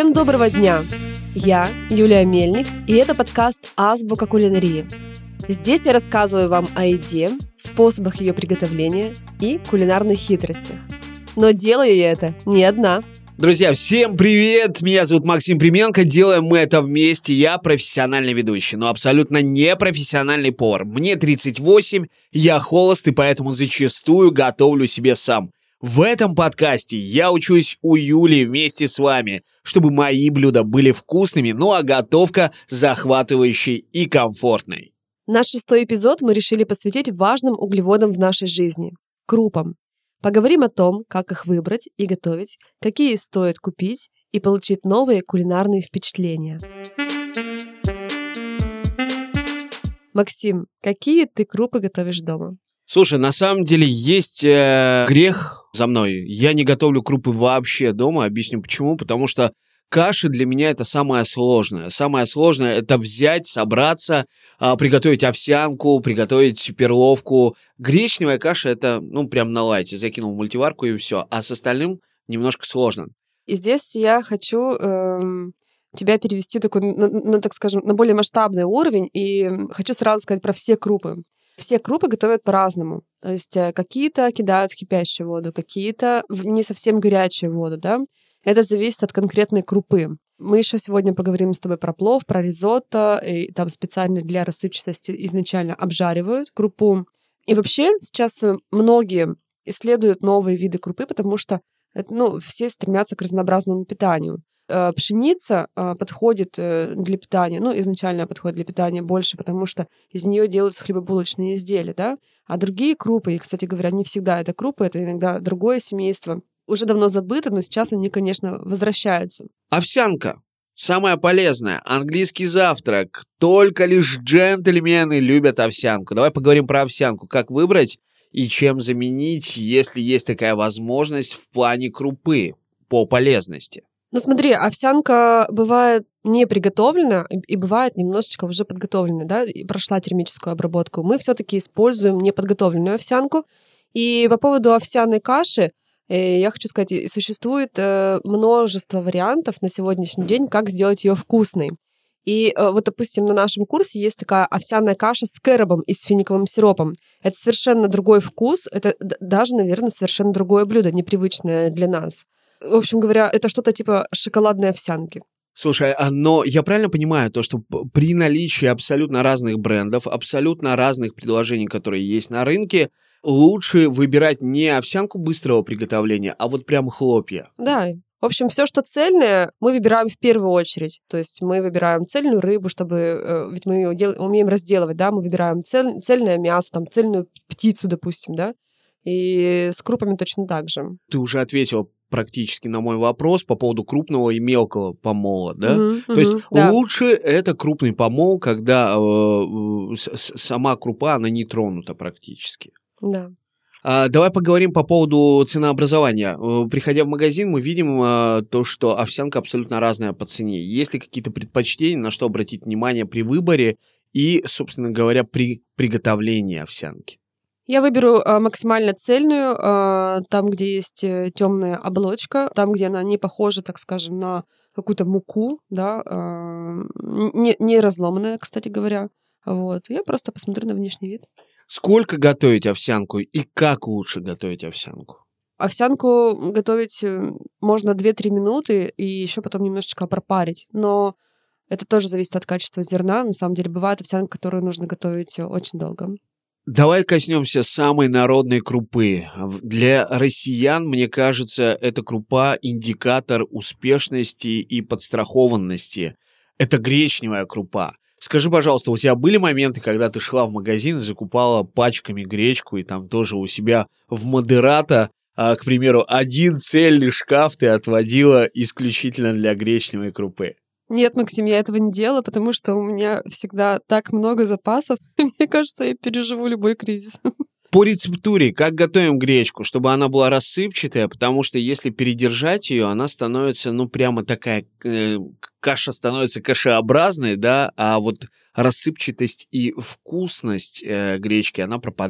Всем доброго дня! Я Юлия Мельник, и это подкаст «Азбука кулинарии». Здесь я рассказываю вам о еде, способах ее приготовления и кулинарных хитростях. Но делаю я это не одна. Друзья, всем привет! Меня зовут Максим Применко, делаем мы это вместе. Я профессиональный ведущий, но абсолютно не профессиональный повар. Мне 38, я холост и поэтому зачастую готовлю себе сам. В этом подкасте я учусь у Юли вместе с вами, чтобы мои блюда были вкусными, ну а готовка захватывающей и комфортной. Наш 6-й эпизод мы решили посвятить важным углеводам в нашей жизни – крупам. Поговорим о том, как их выбрать и готовить, какие стоит купить и получить новые кулинарные впечатления. Максим, какие ты крупы готовишь дома? Слушай, на самом деле есть грех за мной. Я не готовлю крупы вообще дома. Объясню почему. Потому что каши для меня это самое сложное. Самое сложное это взять, собраться, приготовить овсянку, приготовить перловку. Гречневая каша это, прям на лайте. Закинул в мультиварку и все. А с остальным немножко сложно. И здесь я хочу тебя перевести такой, так скажем, на более масштабный уровень. И хочу сразу сказать про все крупы. Все крупы готовят по-разному. То есть какие-то кидают в кипящую воду, какие-то в не совсем горячую воду, да. Это зависит от конкретной крупы. Мы еще сегодня поговорим с тобой про плов, про ризотто, и там специально для рассыпчатости изначально обжаривают крупу. И вообще сейчас многие исследуют новые виды крупы, потому что все стремятся к разнообразному питанию. Пшеница подходит для питания, изначально подходит для питания больше, потому что из нее делаются хлебобулочные изделия, да? А другие крупы, и, кстати говоря, не всегда это крупы, это иногда другое семейство, уже давно забыто, но сейчас они, конечно, возвращаются. Овсянка. Самое полезное. Английский завтрак. Только лишь джентльмены любят овсянку. Давай поговорим про овсянку. Как выбрать и чем заменить, если есть такая возможность в плане крупы по полезности. Смотри, овсянка бывает не приготовлена и бывает немножечко уже подготовленная, да, и прошла термическую обработку. Мы все-таки используем неподготовленную овсянку. И по поводу овсяной каши я хочу сказать, существует множество вариантов на сегодняшний день, как сделать ее вкусной. И вот, допустим, на нашем курсе есть такая овсяная каша с кэррабом и с финиковым сиропом. Это совершенно другой вкус, это даже, наверное, совершенно другое блюдо, непривычное для нас. В общем говоря, это что-то типа шоколадной овсянки. Слушай, но я правильно понимаю то, что при наличии абсолютно разных брендов, абсолютно разных предложений, которые есть на рынке, лучше выбирать не овсянку быстрого приготовления, а вот прям хлопья? Да. В общем, все, что цельное, мы выбираем в первую очередь. То есть мы выбираем цельную рыбу, чтобы... Ведь мы ее умеем разделывать, да? Мы выбираем цельное мясо, там, цельную птицу, допустим, да? И с крупами точно так же. Ты уже ответила практически на мой вопрос по поводу крупного и мелкого помола, да? То есть лучше это крупный помол, когда сама крупа, она не тронута практически. Да. Давай поговорим по поводу ценообразования. Приходя в магазин, мы видим то, что овсянка абсолютно разная по цене. Есть ли какие-то предпочтения, на что обратить внимание при выборе и, собственно говоря, при приготовлении овсянки? Я выберу максимально цельную, там, где есть темная оболочка, там, где она не похожа, так скажем, на какую-то муку, да, не разломанная, кстати говоря. Вот. Я просто посмотрю на внешний вид. Сколько готовить овсянку и как лучше готовить овсянку? Овсянку готовить можно 2-3 минуты и еще потом немножечко пропарить. Но это тоже зависит от качества зерна. На самом деле бывает овсянка, которую нужно готовить очень долго. Давай коснемся самой народной крупы. Для россиян, мне кажется, эта крупа индикатор успешности и подстрахованности. Это гречневая крупа. Скажи, пожалуйста, у тебя были моменты, когда ты шла в магазин и закупала пачками гречку, и там тоже у себя в модерато, к примеру, один цельный шкаф ты отводила исключительно для гречневой крупы? Нет, Максим, я этого не делала, потому что у меня всегда так много запасов. Мне кажется, я переживу любой кризис. По рецептуре, как готовим гречку, чтобы она была рассыпчатая, потому что если передержать ее, она становится, прямо такая, каша становится кашеобразной, да, а вот рассыпчатость и вкусность гречки, она пропадает.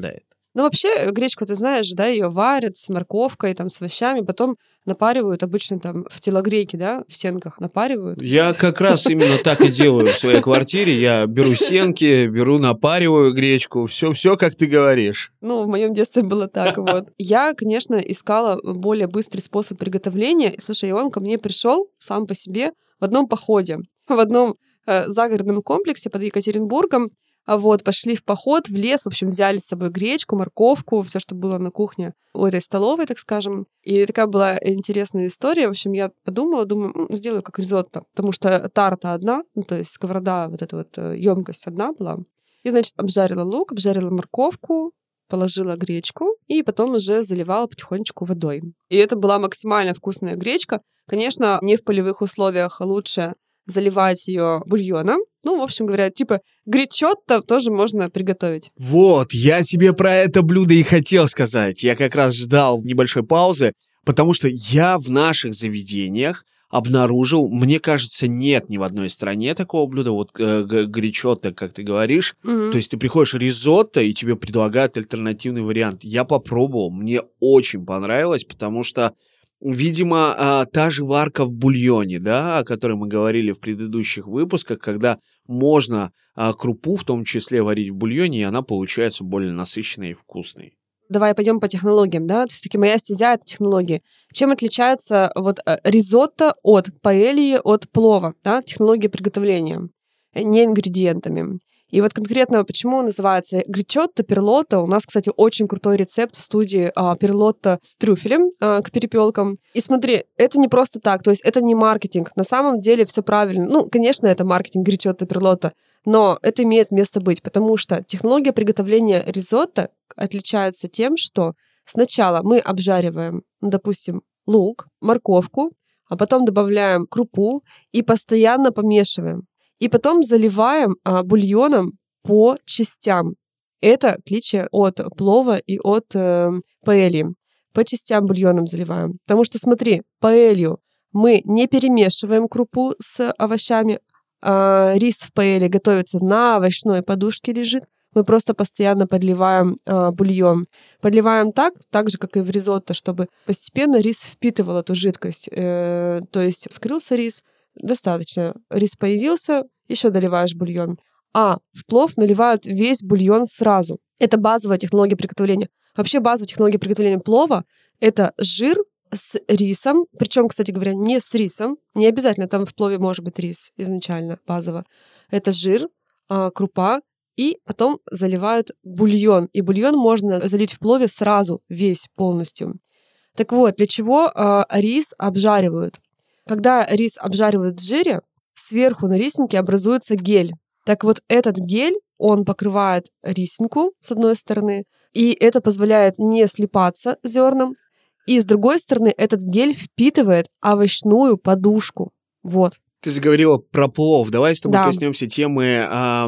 Ну, вообще, гречку, ты знаешь, да, ее варят с морковкой, там, с овощами, потом напаривают обычно там в телогрейке, да, в сенках напаривают. Я как раз именно так и делаю в своей квартире. Я беру сенки, напариваю гречку. Все, как ты говоришь. Ну, в моем детстве было так, вот. Я, конечно, искала более быстрый способ приготовления. И, слушай, и он ко мне пришел сам по себе в одном походе, в одном загородном комплексе под Екатеринбургом. Вот, пошли в поход, в лес, в общем, взяли с собой гречку, морковку, все, что было на кухне у этой столовой, так скажем. И такая была интересная история. В общем, я подумала, думаю, сделаю как ризотто, потому что тарта одна, ну, то есть сковорода, вот эта вот емкость одна была. И, значит, обжарила лук, обжарила морковку, положила гречку и потом уже заливала потихонечку водой. И это была максимально вкусная гречка. Конечно, не в полевых условиях, лучше заливать ее бульоном. Ну, в общем говоря, типа гречотто тоже можно приготовить. Вот, я тебе про это блюдо и хотел сказать. Я как раз ждал небольшой паузы, потому что я в наших заведениях обнаружил, мне кажется, нет ни в одной стране такого блюда, вот гречотто, как ты говоришь. То есть ты приходишь ризотто, и тебе предлагают альтернативный вариант. Я попробовал, мне очень понравилось, потому что видимо, та же варка в бульоне, да, о которой мы говорили в предыдущих выпусках, когда можно крупу в том числе варить в бульоне, и она получается более насыщенной и вкусной. Давай пойдем по технологиям, да? Все-таки моя стезя — это технологии. Чем отличается вот ризотто от паэльи, от плова, да? Технология приготовления, не ингредиентами. И вот конкретно почему называется гречотто, перлотто. У нас, кстати, очень крутой рецепт в студии перлотто с трюфелем к перепелкам. И смотри, это не просто так, то есть это не маркетинг. На самом деле все правильно. Ну, конечно, это маркетинг гречотто, перлотто, но это имеет место быть, потому что технология приготовления ризотто отличается тем, что сначала мы обжариваем, допустим, лук, морковку, а потом добавляем крупу и постоянно помешиваем. И потом заливаем бульоном по частям. Это отличие от плова и от паэльи. По частям бульоном заливаем. Потому что, смотри, паэлью мы не перемешиваем крупу с овощами. Рис в паэлье готовится на овощной подушке, лежит. Мы просто постоянно подливаем бульон. Подливаем так же, как и в ризотто, чтобы постепенно рис впитывал эту жидкость. То есть вскрылся рис, достаточно. Рис появился, еще доливаешь бульон. А в плов наливают весь бульон сразу. Это базовая технология приготовления. Вообще базовая технология приготовления плова — это жир с рисом. Причем, кстати говоря, не с рисом. Не обязательно там в плове может быть рис изначально, базово. Это жир, крупа, и потом заливают бульон. И бульон можно залить в плове сразу, весь, полностью. Так вот, для чего рис обжаривают? Когда рис обжаривают в жире, сверху на рисинке образуется гель. Так вот, этот гель, он покрывает рисинку с одной стороны, и это позволяет не слипаться зернам. И с другой стороны, этот гель впитывает овощную подушку. Вот. Ты заговорила про плов. Давай с тобой коснемся темы,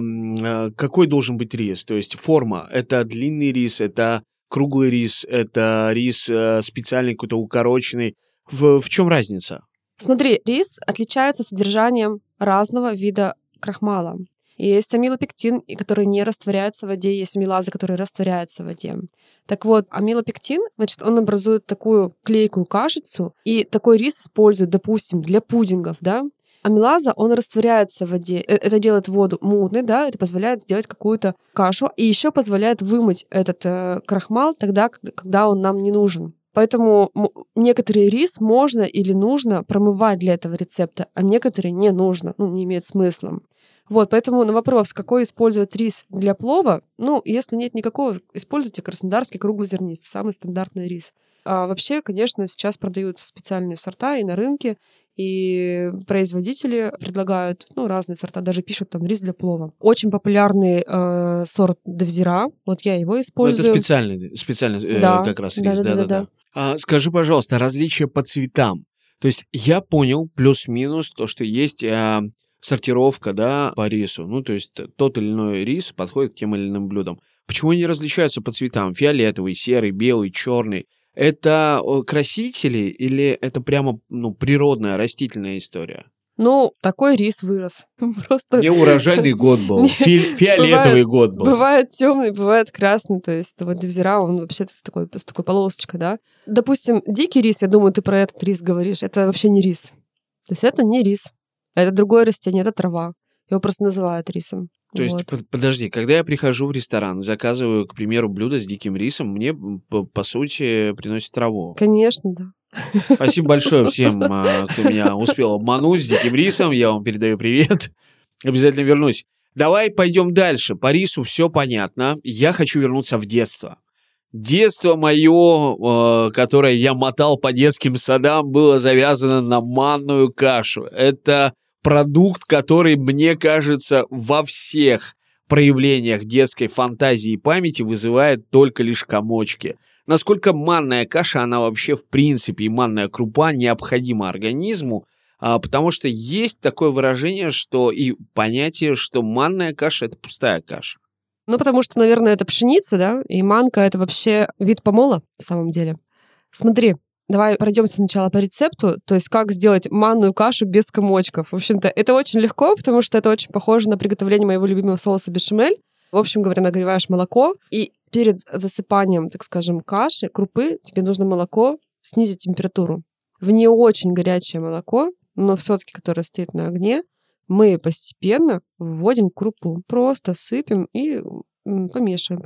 какой должен быть рис. То есть форма. Это длинный рис, это круглый рис, это рис специальный какой-то укороченный. В чем разница? Смотри, рис отличается содержанием разного вида крахмала. Есть амилопектин, который не растворяется в воде, есть амилаза, которая растворяется в воде. Так вот, амилопектин, значит, он образует такую клейкую кашицу, и такой рис используют, допустим, для пудингов, да. Амилаза, он растворяется в воде. Это делает воду мутной, да, это позволяет сделать какую-то кашу, и еще позволяет вымыть этот крахмал тогда, когда он нам не нужен. Поэтому некоторый рис можно или нужно промывать для этого рецепта, а некоторые не нужно, не имеет смысла. Вот, поэтому на вопрос, какой использовать рис для плова, если нет никакого, используйте краснодарский круглозернистый, самый стандартный рис. А вообще, конечно, сейчас продаются специальные сорта и на рынке, и производители предлагают разные сорта, даже пишут там рис для плова. Очень популярный сорт Девзира, вот я его использую. Это специальный как раз рис, да. Скажи, пожалуйста, различия по цветам. То есть я понял плюс-минус то, что есть сортировка, да, по рису. То есть тот или иной рис подходит к тем или иным блюдам. Почему они различаются по цветам? Фиолетовый, серый, белый, черный. Это красители или это прямо природная растительная история? Ну, такой рис вырос. Просто Не урожайный год был, фиолетовый год был. Бывает темный, бывает красный, то есть вот девзира, он вообще-то с такой полосочкой, да. Допустим, дикий рис, я думаю, ты про этот рис говоришь, это вообще не рис. То есть это не рис, это другое растение, это трава. Его просто называют рисом. То есть, подожди, когда я прихожу в ресторан, заказываю, к примеру, блюдо с диким рисом, мне, по сути, приносят траву. Конечно, да. Спасибо большое всем, кто меня успел обмануть с диким рисом. Я вам передаю привет. Обязательно вернусь. Давай пойдем дальше. По рису все понятно. Я хочу вернуться в детство. Детство мое, которое я мотал по детским садам, было завязано на манную кашу. Это продукт, который, мне кажется, во всех проявлениях детской фантазии и памяти вызывает только лишь комочки. Насколько манная каша, она вообще в принципе, и манная крупа необходима организму, потому что есть такое выражение, что и понятие, что манная каша – это пустая каша. Ну, потому что, наверное, это пшеница, да, и манка – это вообще вид помола, на самом деле. Смотри, давай пройдемся сначала по рецепту, то есть как сделать манную кашу без комочков. В общем-то, это очень легко, потому что это очень похоже на приготовление моего любимого соуса бешамель. В общем говоря, нагреваешь молоко, и перед засыпанием, так скажем, каши, крупы, тебе нужно молоко снизить температуру. В не очень горячее молоко, но все-таки которое стоит на огне, мы постепенно вводим крупу. Просто сыпем и помешиваем.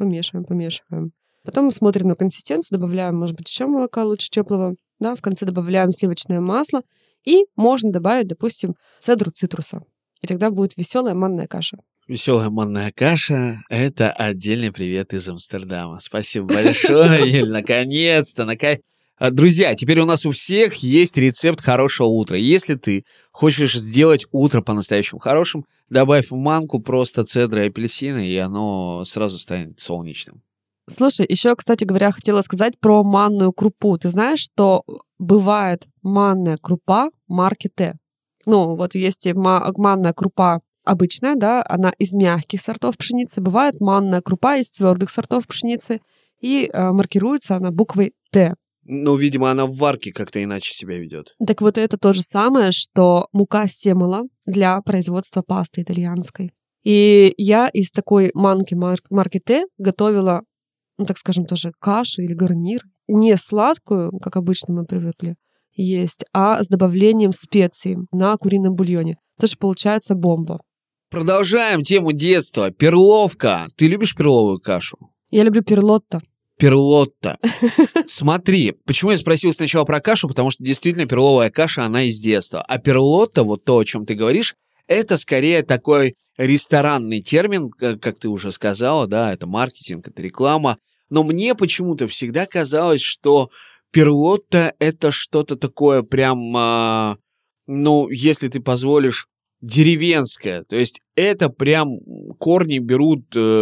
Потом смотрим на консистенцию, добавляем, может быть, еще молока лучше теплого. Да, в конце добавляем сливочное масло. И можно добавить, допустим, цедру цитруса. И тогда будет веселая манная каша. Веселая манная каша – это отдельный привет из Амстердама. Спасибо большое, Юль, наконец-то. Друзья, теперь у нас у всех есть рецепт хорошего утра. Если ты хочешь сделать утро по-настоящему хорошим, добавь в манку просто цедры и апельсины, и оно сразу станет солнечным. Слушай, еще, кстати говоря, хотела сказать про манную крупу. Ты знаешь, что бывает манная крупа марки Т? Ну, вот есть манная крупа обычная, да, она из мягких сортов пшеницы. Бывает манная крупа из твердых сортов пшеницы. И маркируется она буквой Т. Ну, видимо, она в варке как-то иначе себя ведет. Так вот это то же самое, что мука семола для производства пасты итальянской. И я из такой манки марки Т готовила, ну, так скажем, тоже кашу или гарнир. Не сладкую, как обычно мы привыкли есть, а с добавлением специй на курином бульоне. Тоже получается бомба. Продолжаем тему детства. Перловка. Ты любишь перловую кашу? Я люблю перлотто. Перлотто. Смотри, почему я спросил сначала про кашу, потому что действительно перловая каша, она из детства. А перлотто, вот то, о чем ты говоришь, это скорее такой ресторанный термин, как ты уже сказала, да, это маркетинг, это реклама. Но мне почему-то всегда казалось, что перлотто это что-то такое прям, ну, если ты позволишь, деревенское. То есть это прям корни берут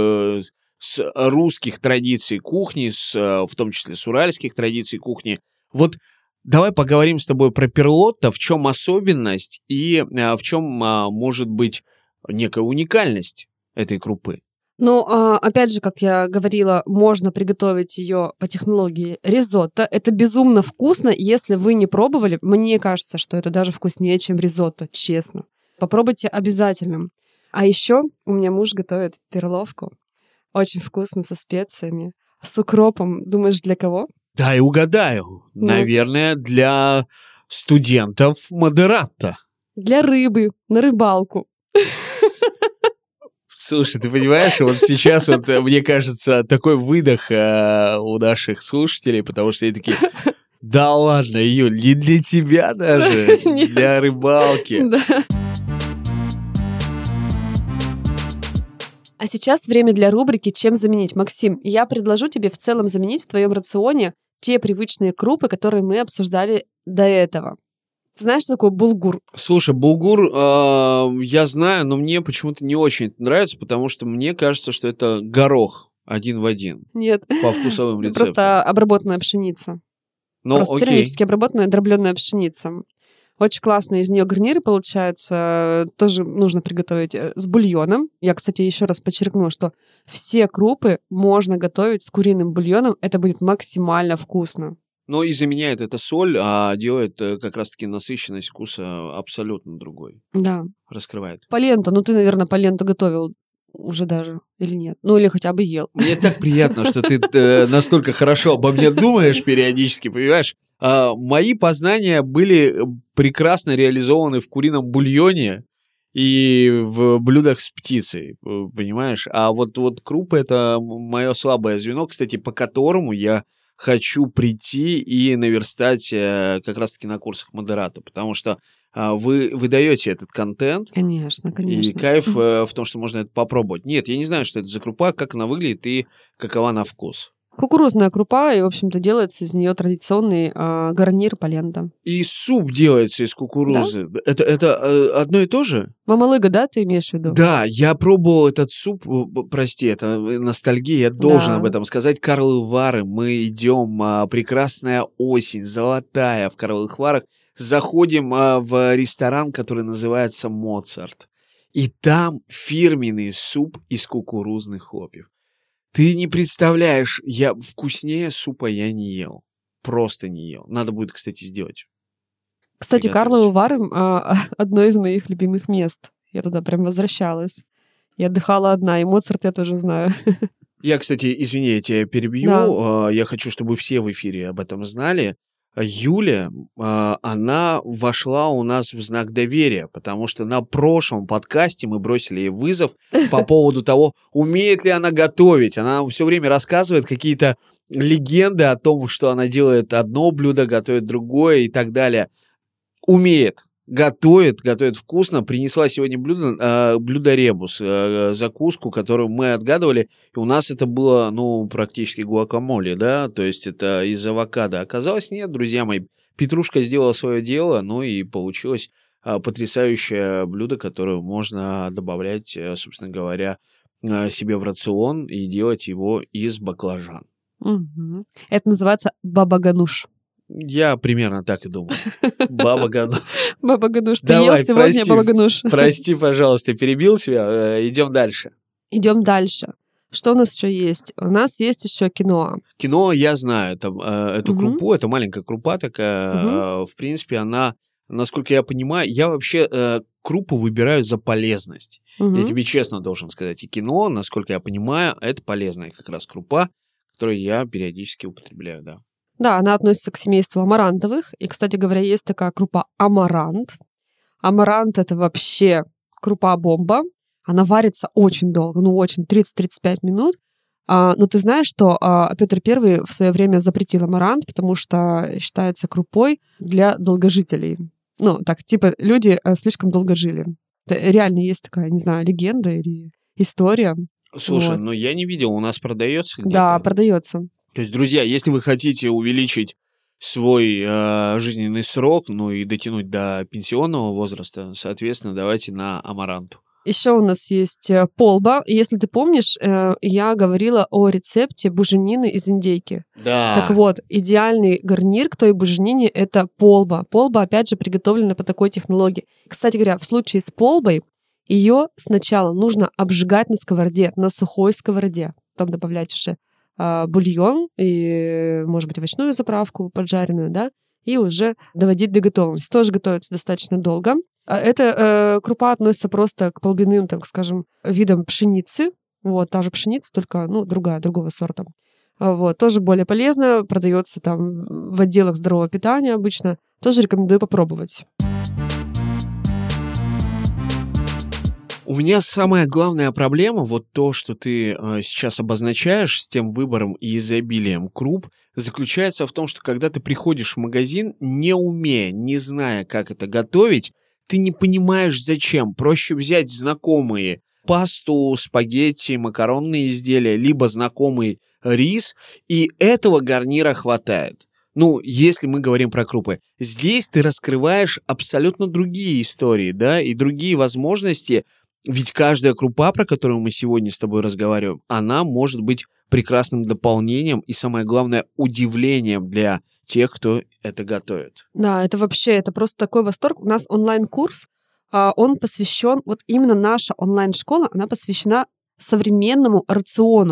с русских традиций кухни, в том числе с уральских традиций кухни. Вот давай поговорим с тобой про перлотто, в чем особенность и в чем может быть некая уникальность этой крупы. Ну, опять же, как я говорила, можно приготовить ее по технологии ризотто. Это безумно вкусно. Если вы не пробовали, мне кажется, что это даже вкуснее, чем ризотто, честно. Попробуйте обязательно. А еще у меня муж готовит перловку. Очень вкусно, со специями, с укропом. Думаешь, для кого? Да, и угадаю. Ну. Наверное, для студентов модератто. Для рыбы, на рыбалку. Слушай, ты понимаешь, вот сейчас, вот, мне кажется, такой выдох у наших слушателей, потому что они такие, да ладно, Юль, не для тебя даже, для рыбалки. Да. А сейчас время для рубрики «Чем заменить?». Максим, я предложу тебе в целом заменить в твоем рационе те привычные крупы, которые мы обсуждали до этого. Ты знаешь, что такое булгур? Слушай, булгур я знаю, но мне почему-то не очень это нравится, потому что мне кажется, что это горох один в один. Нет. По вкусовым рецептам. Просто обработанная пшеница. Ну, просто термически обработанная дробленая пшеница. Очень классно из нее гарниры получаются. Тоже нужно приготовить с бульоном. Я, кстати, еще раз подчеркну, что все крупы можно готовить с куриным бульоном. Это будет максимально вкусно. Но и заменяет это соль, а делает как раз-таки насыщенность вкуса абсолютно другой. Да. Раскрывает. Полента. Ну, ты, наверное, поленту готовил уже даже, или нет? Ну, или хотя бы ел. Мне так приятно, что ты настолько хорошо обо мне думаешь периодически, понимаешь? Мои познания были прекрасно реализованы в курином бульоне и в блюдах с птицей, понимаешь? А вот крупы — это мое слабое звено, кстати, по которому я хочу прийти и наверстать как раз-таки на курсах модерата, потому что вы даете этот контент. Конечно, конечно. И кайф в том, что можно это попробовать. Нет, я не знаю, что это за крупа, как она выглядит и какова на вкус. Кукурузная крупа, и, в общем-то, делается из нее традиционный гарнир полента. И суп делается из кукурузы. Да? Это одно и то же? Мамалыга, да, ты имеешь в виду? Да, я пробовал этот суп, прости, это ностальгия, я должен об этом сказать. Карловы Вары, мы идем, прекрасная осень, золотая в Карловых Варах, заходим в ресторан, который называется «Моцарт». И там фирменный суп из кукурузных хлопьев. Ты не представляешь, вкуснее супа я не ел. Просто не ел. Надо будет, кстати, сделать. Кстати, Карловы Вары — одно из моих любимых мест. Я туда прям возвращалась. Я отдыхала одна, и Моцарт я тоже знаю. Я, кстати, извини, я тебя перебью. Да. Я хочу, чтобы все в эфире об этом знали. Юля, она вошла у нас в знак доверия, потому что на прошлом подкасте мы бросили ей вызов по поводу того, умеет ли она готовить. Она все время рассказывает какие-то легенды о том, что она делает одно блюдо, готовит другое и так далее. Умеет. Готовит вкусно. Принесла сегодня блюдо ребус, закуску, которую мы отгадывали. И у нас это было, практически гуакамоле, да, то есть это из авокадо. Оказалось, нет, друзья мои. Петрушка сделала свое дело, и получилось потрясающее блюдо, которое можно добавлять, собственно говоря, себе в рацион и делать его из баклажан. Угу. Это называется баба-гануш. Я примерно так и думал. Баба Гануш. Баба Гануш. Ты ел сегодня Баба Гануш? Прости, пожалуйста, перебил тебя. Идем дальше. Идем дальше. Что у нас еще есть? У нас есть еще киноа. Киноа, я знаю эту крупу. Это маленькая крупа такая. В принципе, она, насколько я понимаю, я вообще крупу выбираю за полезность. Я тебе честно должен сказать. И киноа, насколько я понимаю, это полезная как раз крупа, которую я периодически употребляю, да. Да, она относится к семейству амарантовых. И, кстати говоря, есть такая крупа амарант. Амарант — это вообще крупа-бомба. Она варится очень долго, очень, 30-35 минут. Но ты знаешь, что Петр I в свое время запретил амарант, потому что считается крупой для долгожителей. Люди слишком долго жили. Это реально есть такая, не знаю, легенда или история. Слушай, я не видел, у нас продается где-то? Да, продается. То есть, друзья, если вы хотите увеличить свой жизненный срок, и дотянуть до пенсионного возраста, соответственно, давайте на амаранту. Еще у нас есть полба. Если ты помнишь, я говорила о рецепте буженины из индейки. Да. Так вот, идеальный гарнир к той буженине — это полба. Полба, опять же, приготовлена по такой технологии. Кстати говоря, в случае с полбой ее сначала нужно обжигать на сковороде, на сухой сковороде. Потом добавлять уже бульон и, может быть, овощную заправку поджаренную, да, и уже доводить до готовности. Тоже готовится достаточно долго. Эта крупа относится просто к полбяным, так скажем, видам пшеницы. Та же пшеница, только, другого сорта. Тоже более полезно, продается там в отделах здорового питания обычно. Тоже рекомендую попробовать. У меня самая главная проблема, то, что ты сейчас обозначаешь с тем выбором и изобилием круп, заключается в том, что когда ты приходишь в магазин, не умея, не зная, как это готовить, ты не понимаешь, зачем. Проще взять знакомые пасту, спагетти, макаронные изделия, либо знакомый рис, и этого гарнира хватает. Если мы говорим про крупы. Здесь ты раскрываешь абсолютно другие истории, да, и другие возможности. Ведь каждая крупа, про которую мы сегодня с тобой разговариваем, она может быть прекрасным дополнением и, самое главное, удивлением для тех, кто это готовит. Да, это просто такой восторг. У нас онлайн-курс, он посвящен, именно наша онлайн-школа, она посвящена современному рациону.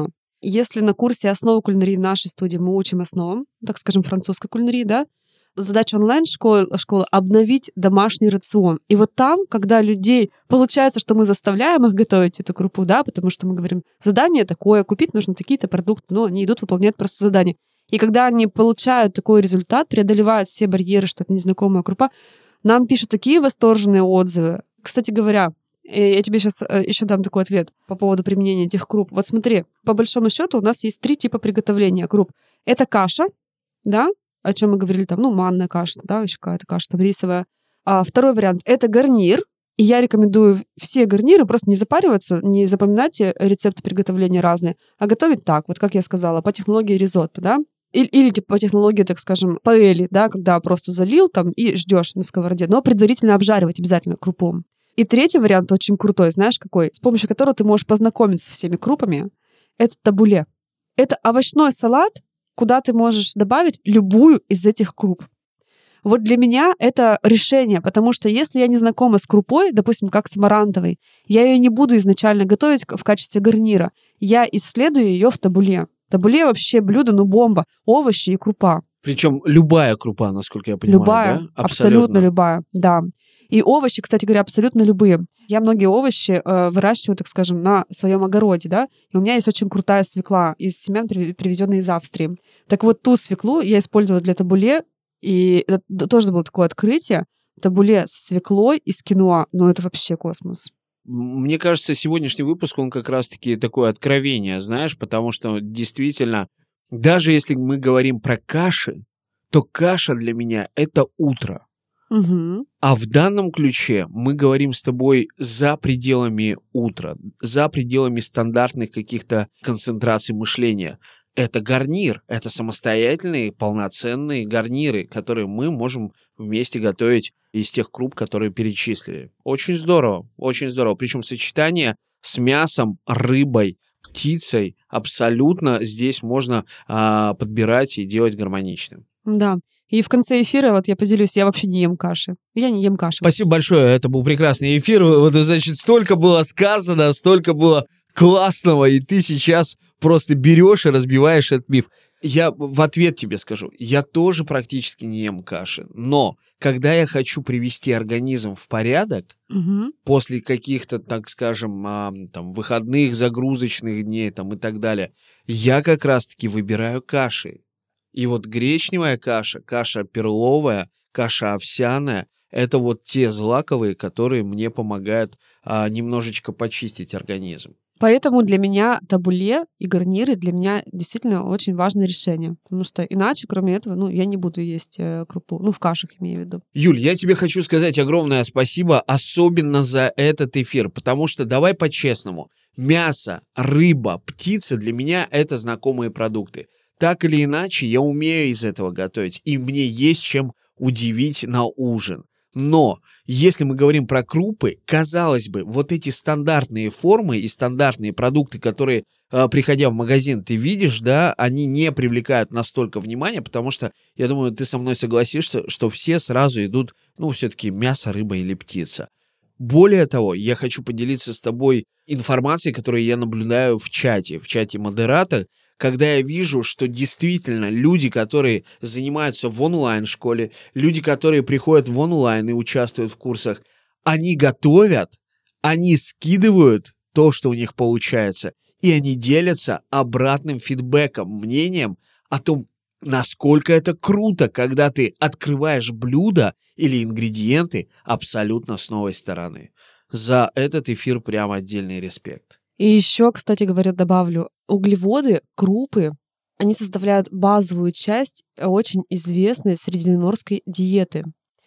Если на курсе «Основы кулинарии» в нашей студии мы учим основам, так скажем, французской кулинарии, да, задача онлайн-школы — обновить домашний рацион. И вот там, когда людей... Получается, что мы заставляем их готовить эту крупу, да, потому что мы говорим, задание такое, купить нужно такие-то продукты, но они идут выполнять просто задание. И когда они получают такой результат, преодолевают все барьеры, что это незнакомая крупа, нам пишут такие восторженные отзывы. Кстати говоря, я тебе сейчас еще дам такой ответ по поводу применения этих круп. Вот смотри, по большому счету у нас есть 3 типа приготовления круп. Это каша, да, о чем мы говорили, там, манная каша, да, еще какая-то каша там рисовая. А второй вариант — это гарнир. И я рекомендую все гарниры просто не запариваться, не запоминать рецепты приготовления разные, а готовить так, вот как я сказала, по технологии ризотто, да. Или типа по технологии, так скажем, паэльи, да, когда просто залил там и ждешь на сковороде, но предварительно обжаривать обязательно крупу. И третий вариант очень крутой, знаешь какой? С помощью которого ты можешь познакомиться со всеми крупами. Это табуле. Это овощной салат, куда ты можешь добавить любую из этих круп. Вот для меня это решение, потому что если я не знакома с крупой, допустим, как с амарантовой, я ее не буду изначально готовить в качестве гарнира. Я исследую ее в табуле. Табуле вообще блюдо, бомба. Овощи и крупа. Причем любая крупа, насколько я понимаю, любая, да? Абсолютно любая, да. И овощи, кстати говоря, абсолютно любые. Я многие овощи выращиваю, так скажем, на своем огороде, да, и у меня есть очень крутая свекла из семян, привезенной из Австрии. Так вот, ту свеклу я использовала для табуле, и это тоже было такое открытие. Табуле с свеклой из киноа, это вообще космос. Мне кажется, сегодняшний выпуск, он как раз-таки такое откровение, знаешь, потому что действительно, даже если мы говорим про каши, то каша для меня — это утро. Угу. А в данном ключе мы говорим с тобой за пределами утра, за пределами стандартных каких-то концентраций мышления. Это гарнир, это самостоятельные полноценные гарниры, которые мы можем вместе готовить из тех круп, которые перечислили. Очень здорово, очень здорово. Причем сочетание с мясом, рыбой, птицей абсолютно здесь можно подбирать и делать гармоничным. Да. И в конце эфира, я поделюсь, я вообще не ем каши. Я не ем каши. Спасибо большое, это был прекрасный эфир. Значит, столько было сказано, столько было классного, и ты сейчас просто берешь и разбиваешь этот миф. Я в ответ тебе скажу, я тоже практически не ем каши, но когда я хочу привести организм в порядок, после каких-то, так скажем, выходных, загрузочных дней и так далее, я как раз-таки выбираю каши. И гречневая каша, каша перловая, каша овсяная — это те злаковые, которые мне помогают немножечко почистить организм. Поэтому для меня табуле и гарниры для меня действительно очень важное решение. Потому что иначе, кроме этого, я не буду есть крупу. В кашах имею в виду. Юль, я тебе хочу сказать огромное спасибо, особенно за этот эфир, потому что, давай по-честному, мясо, рыба, птица для меня — это знакомые продукты. Так или иначе, я умею из этого готовить, и мне есть чем удивить на ужин. Но если мы говорим про крупы, казалось бы, эти стандартные формы и стандартные продукты, которые, приходя в магазин, ты видишь, да, они не привлекают настолько внимания, потому что, я думаю, ты со мной согласишься, что все сразу идут, все-таки мясо, рыба или птица. Более того, я хочу поделиться с тобой информацией, которую я наблюдаю в чате модератор, когда я вижу, что действительно люди, которые занимаются в онлайн-школе, люди, которые приходят в онлайн и участвуют в курсах, они готовят, они скидывают то, что у них получается, и они делятся обратным фидбэком, мнением о том, насколько это круто, когда ты открываешь блюдо или ингредиенты абсолютно с новой стороны. За этот эфир прям отдельный респект. И еще, кстати говоря, добавлю, углеводы, крупы, они составляют базовую часть очень известной средиземноморской диеты.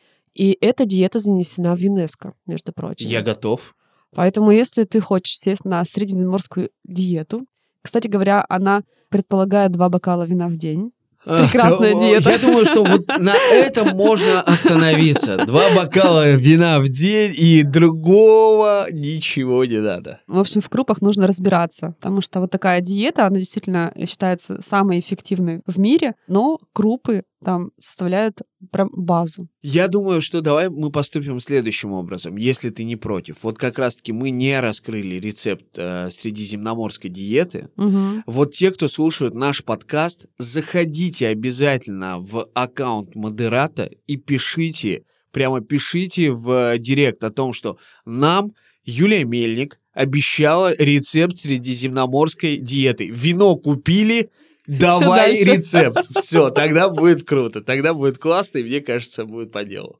И эта диета занесена в ЮНЕСКО, между прочим. Я готов. Поэтому, если ты хочешь сесть на средиземноморскую диету, кстати говоря, она предполагает 2 бокала вина в день. Прекрасная диета. Я думаю, что на этом можно остановиться. 2 бокала вина в день, и другого ничего не надо. В общем, в крупах нужно разбираться, потому что такая диета, она действительно считается самой эффективной в мире, но крупы там составляют прям базу. Я думаю, что давай мы поступим следующим образом, если ты не против. Вот как раз-таки мы не раскрыли рецепт средиземноморской диеты. Угу. Вот те, кто слушают наш подкаст, заходите обязательно в аккаунт Модерата и пишите в директ о том, что нам Юлия Мельник обещала рецепт средиземноморской диеты. Вино купили, давай рецепт. Все, тогда будет круто, тогда будет классно, и мне кажется, будет по делу.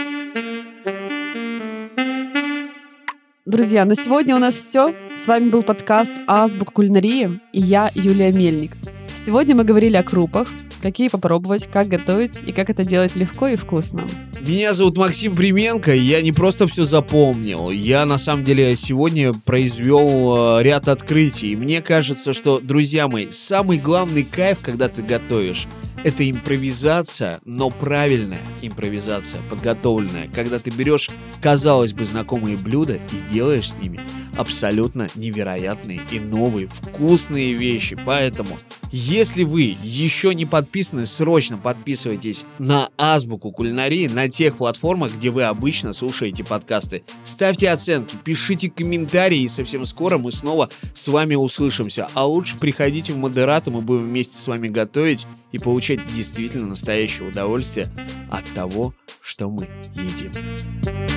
Друзья, на сегодня у нас все. С вами был подкаст «Азбука кулинарии» и я, Юлия Мельник. Сегодня мы говорили о крупах, какие попробовать, как готовить и как это делать легко и вкусно. Меня зовут Максим Применко, и я не просто все запомнил, я на самом деле сегодня произвел ряд открытий. И мне кажется, что, друзья мои, самый главный кайф, когда ты готовишь, это импровизация, но правильная импровизация, подготовленная, когда ты берешь, казалось бы, знакомые блюда и делаешь с ними абсолютно невероятные и новые вкусные вещи. Поэтому, если вы еще не подписаны, срочно подписывайтесь на Азбуку кулинарии на тех платформах, где вы обычно слушаете подкасты. Ставьте оценки, пишите комментарии, и совсем скоро мы снова с вами услышимся. А лучше приходите в Модерат, мы будем вместе с вами готовить и получать действительно настоящее удовольствие от того, что мы едим.